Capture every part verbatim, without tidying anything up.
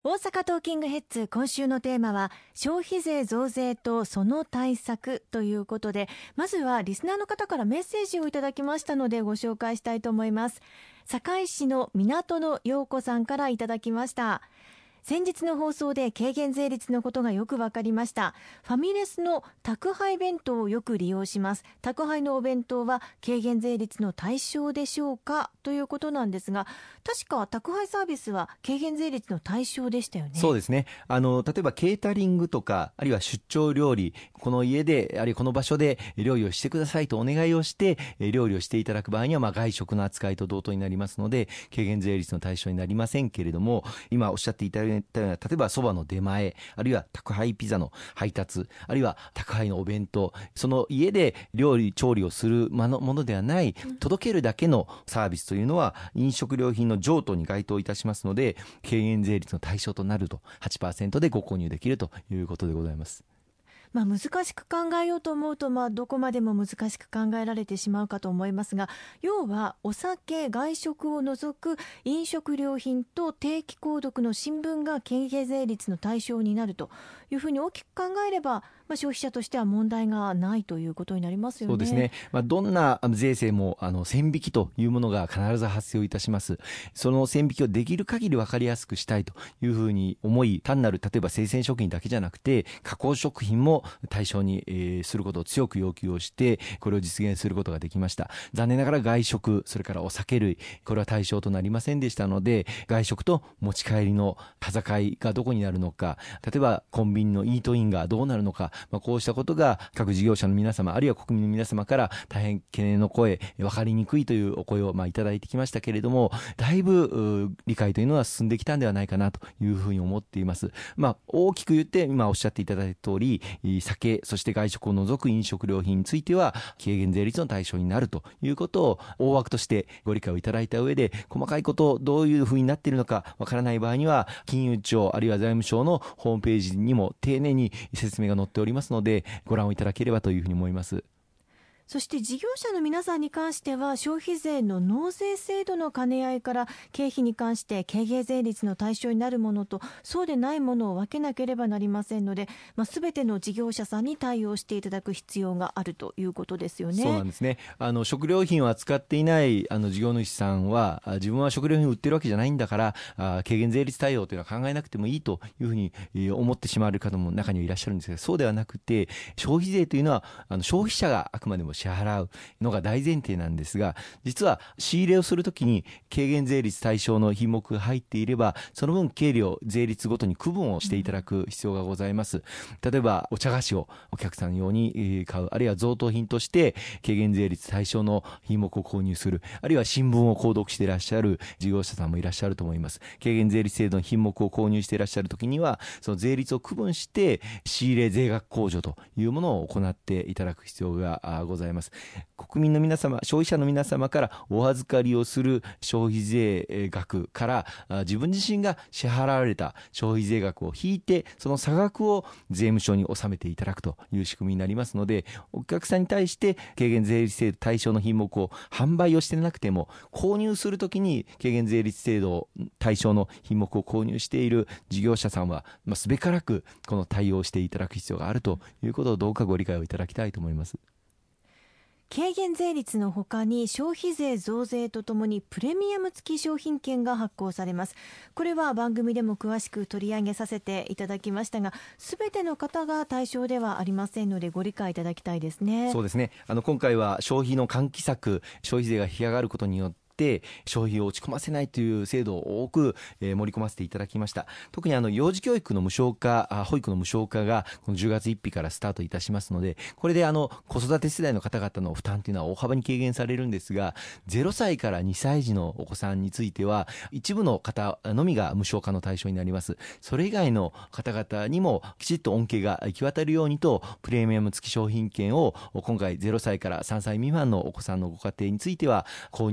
大阪トーキングヘッズ、今週のテーマは消費税増税とその対策ということで、まずはリスナーの方からメッセージをいただきましたのでご紹介したいと思います。堺市の港の陽子さんからいただきました。先日の放送で軽減税率のことがよく分かりました。ファミレスの宅配弁当をよく利用します。宅配のお弁当は軽減税率の対象でしょうかということなんですが、確か宅配サービスは軽減税率の対象でしたよね。 そうですね。あの例えばケータリングとか、あるいは出張料理、この家であるいはこの場所で料理をしてくださいとお願いをして料理をしていただく場合には、まあ外食の扱いと同等になりますので軽減税率の対象になりませんけれども、今おっしゃっていただいたような、例えばそばの出前、あるいは宅配ピザの配達、あるいは宅配のお弁当、その家で料理調理をするものではない届けるだけのサービスというのは飲食料品の譲渡に該当いたしますので、軽減税率の対象となると はちパーセント でご購入できるということでございます。 まあ、難しく考えようと思うと、まあ、どこまでも難しく考えられてしまうかと思いますが、要はお酒、外食を除く飲食料品と定期購読の新聞が軽減税率の対象になるというふうに大きく考えれば、まあ、消費者としては問題がないということになりますよね。 そうですね。まあ、どんな税制もあの線引きというものが必ず発生いたします。その線引きをできる限り分かりやすくしたいというふうに思い、単なる例えば生鮮食品だけじゃなくて加工食品も対象に、えー、することを強く要求をして、これを実現することができました。残念ながら外食、それからお酒類、これは対象となりませんでしたので、外食と持ち帰りの戦いがどこになるのか、例えばコンビニのイートインがどうなるのか、まあ、こうしたことが各事業者の皆様、あるいは国民の皆様から大変懸念の声、分かりにくいというお声をまあいただいてきましたけれども、だいぶ理解というのは進んできたんではないかなというふうに思っています。まあ、大きく言って今おっしゃっていただいた通り、酒、そして外食を除く飲食料品については軽減税率の対象になるということを大枠としてご理解をいただいた上で、細かいことどういうふうになっているのかわからない場合には金融庁あるいは財務省のホームページにも丁寧に説明が載っておりますので、ご覧をいただければというふうに思います。 そして事業者の皆さんに関しては、消費税の納税制度の兼ね合いから経費に関して軽減税率の対象になるものとそうでないものを分けなければなりませんので、まあ、全ての事業者さんに対応していただく必要があるということですよね。 そうなんですね。あの食料品を扱っていないあの事業主さんは、自分は食料品を売ってるわけじゃないんだからあ軽減税率対応というのは考えなくてもいいというふうに思ってしまう方も中にはいらっしゃるんですが、そうではなくて、消費税というのはあの消費者があくまでも支払うのが大前提なんですが、実は仕入れをするときに軽減税率対象の品目が入っていれば、その分経理を税率ごとに区分をしていただく必要がございます。例えばお茶菓子をお客さん用に買う、あるいは贈答品として軽減税率対象の品目を購入する、あるいは新聞を購読していらっしゃる事業者さんもいらっしゃると思います。軽減税率制度の品目を購入していらっしゃるときには、その税率を区分して仕入れ税額控除というものを行っていただく必要がございます。国民の皆様、消費者の皆様からお預かりをする消費税額から自分自身が支払われた消費税額を引いて、その差額を税務署に納めていただくという仕組みになりますので、お客さんに対して軽減税率制度対象の品目を販売をしてなくても、購入するときに軽減税率制度対象の品目を購入している事業者さんは、まあ、すべからくこの対応していただく必要があるということをどうかご理解をいただきたいと思います。 軽減税率の他に消費税増税とともにプレミアム付き商品券が発行されます。これは番組でも詳しく取り上げさせていただきましたが、すべての方が対象ではありませんのでご理解いただきたいですね。 そうですね。あの今回は消費の喚起策、消費税が引き上がることによって消費を落ち込ませないという制度を多く盛り込ませていただきました。特にあの幼児教育の無償化、保育の無償化がこのじゅうがつついたちからスタートいたしますので、これであの子育て世代の方々の負担というのは大幅に軽減されるんですが、ゼロさいからにさい児のお子さんについては一部の方のみが無償化の対象になります。それ以外の方々にもきちっと恩恵が行き渡るようにと、プレミアム付き商品券を今回ゼロさいからさんさい未満のお子さんのご家庭については購入ができる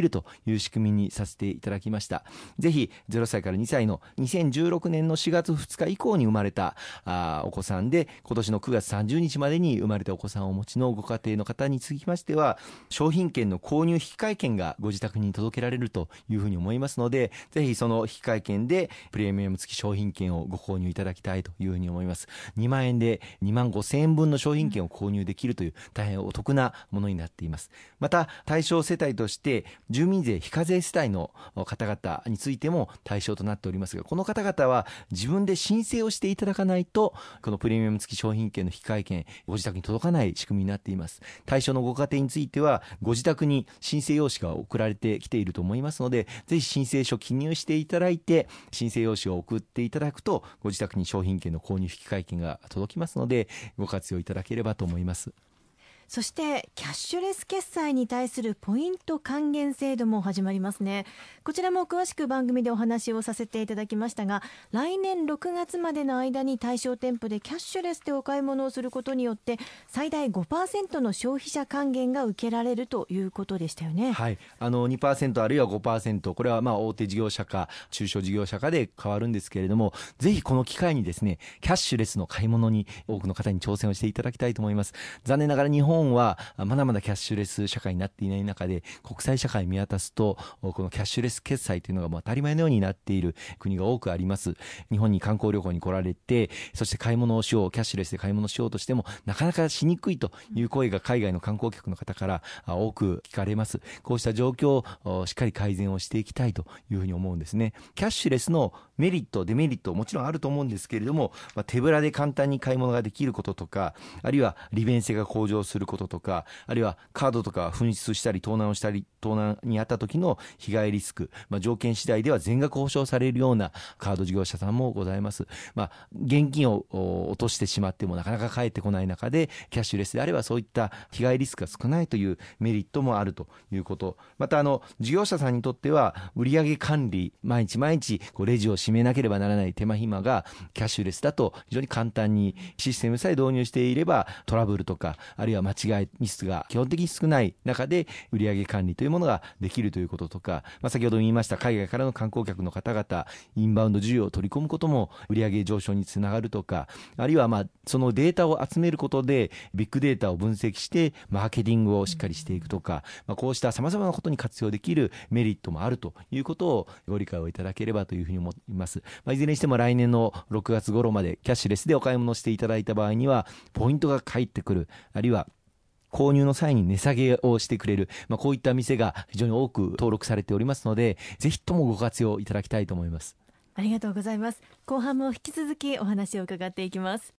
るという仕組みにさせていただきました。ぜひゼロさいからにさいのにせんじゅうろくねんのしがつふつか以降に生まれたあお子さんで、今年のくがつさんじゅうにちまでに生まれたお子さんをお持ちのご家庭の方につきましては、商品券の購入引換券がご自宅に届けられるというふうに思いますので、ぜひその引換券でプレミアム付き商品券をご購入いただきたいというふうに思います。にまんえんでにまんごせんえんぶんの商品券を購入できるという大変お得なものになっています。また対象世帯として住民税非課税世帯の方々についても対象となっておりますが、この方々は自分で申請をしていただかないと、このプレミアム付き商品券の引換券ご自宅に届かない仕組みになっています。対象のご家庭についてはご自宅に申請用紙が送られてきていると思いますので、ぜひ申請書を記入していただいて申請用紙を送っていただくと、ご自宅に商品券の購入引換券が届きますので、ご活用いただければと思います。 そしてキャッシュレス決済に対するポイント還元制度も始まりますね。こちらも詳しく番組でお話をさせていただきましたが、来年ろくがつまでの間に対象店舗でキャッシュレスでお買い物をすることによって最大 ごパーセント の消費者還元が受けられるということでしたよね。 はい、あの にパーセント あるいは ごパーセント、これはまあ大手事業者か中小事業者かで変わるんですけれども、ぜひこの機会にですね、キャッシュレスの買い物に多くの方に挑戦をしていただきたいと思います。残念ながら日本日本はまだまだキャッシュレス社会になっていない中で、国際社会見渡すとこのキャッシュレス決済というのがもう当たり前のようになっている国が多くあります。日本に観光旅行に来られて、そして買い物をしよう、キャッシュレスで買い物しようとしてもなかなかしにくいという声が海外の観光客の方から多く聞かれます。こうした状況をしっかり改善をしていきたいというふうに思うんですね。キャッシュレスのメリットデメリットもちろんあると思うんですけれども、まあ、手ぶらで簡単に買い物ができることとか、あるいは利便性が向上することとか、あるいはカードとか紛失したり盗難をしたり盗難にあった時の被害リスク、まあ、条件次第では全額保証されるようなカード事業者さんもございます。まあ、現金を落としてしまってもなかなか返ってこない中で、キャッシュレスであればそういった被害リスクが少ないというメリットもあるということ。またあの事業者さんにとっては売上管理、毎日毎日こうレジを閉めなければならない手間暇がキャッシュレスだと非常に簡単に、システムさえ導入していればトラブルとかあるいは間違いミスが基本的に少ない中で売上管理というものができるということとか、まあ、先ほども言いました海外からの観光客の方々インバウンド需要を取り込むことも売上上昇につながるとか、あるいはまあそのデータを集めることでビッグデータを分析してマーケティングをしっかりしていくとか、まあ、こうしたさまざまなことに活用できるメリットもあるということをご理解をいただければというふうに思います。まあ、いずれにしても来年のろくがつ頃までキャッシュレスでお買い物していただいた場合にはポイントが返ってくる、あるいは購入の際に値下げをしてくれる、まあ、こういった店が非常に多く登録されておりますので、ぜひともご活用いただきたいと思います。 ありがとうございます。後半も引き続きお話を伺っていきます。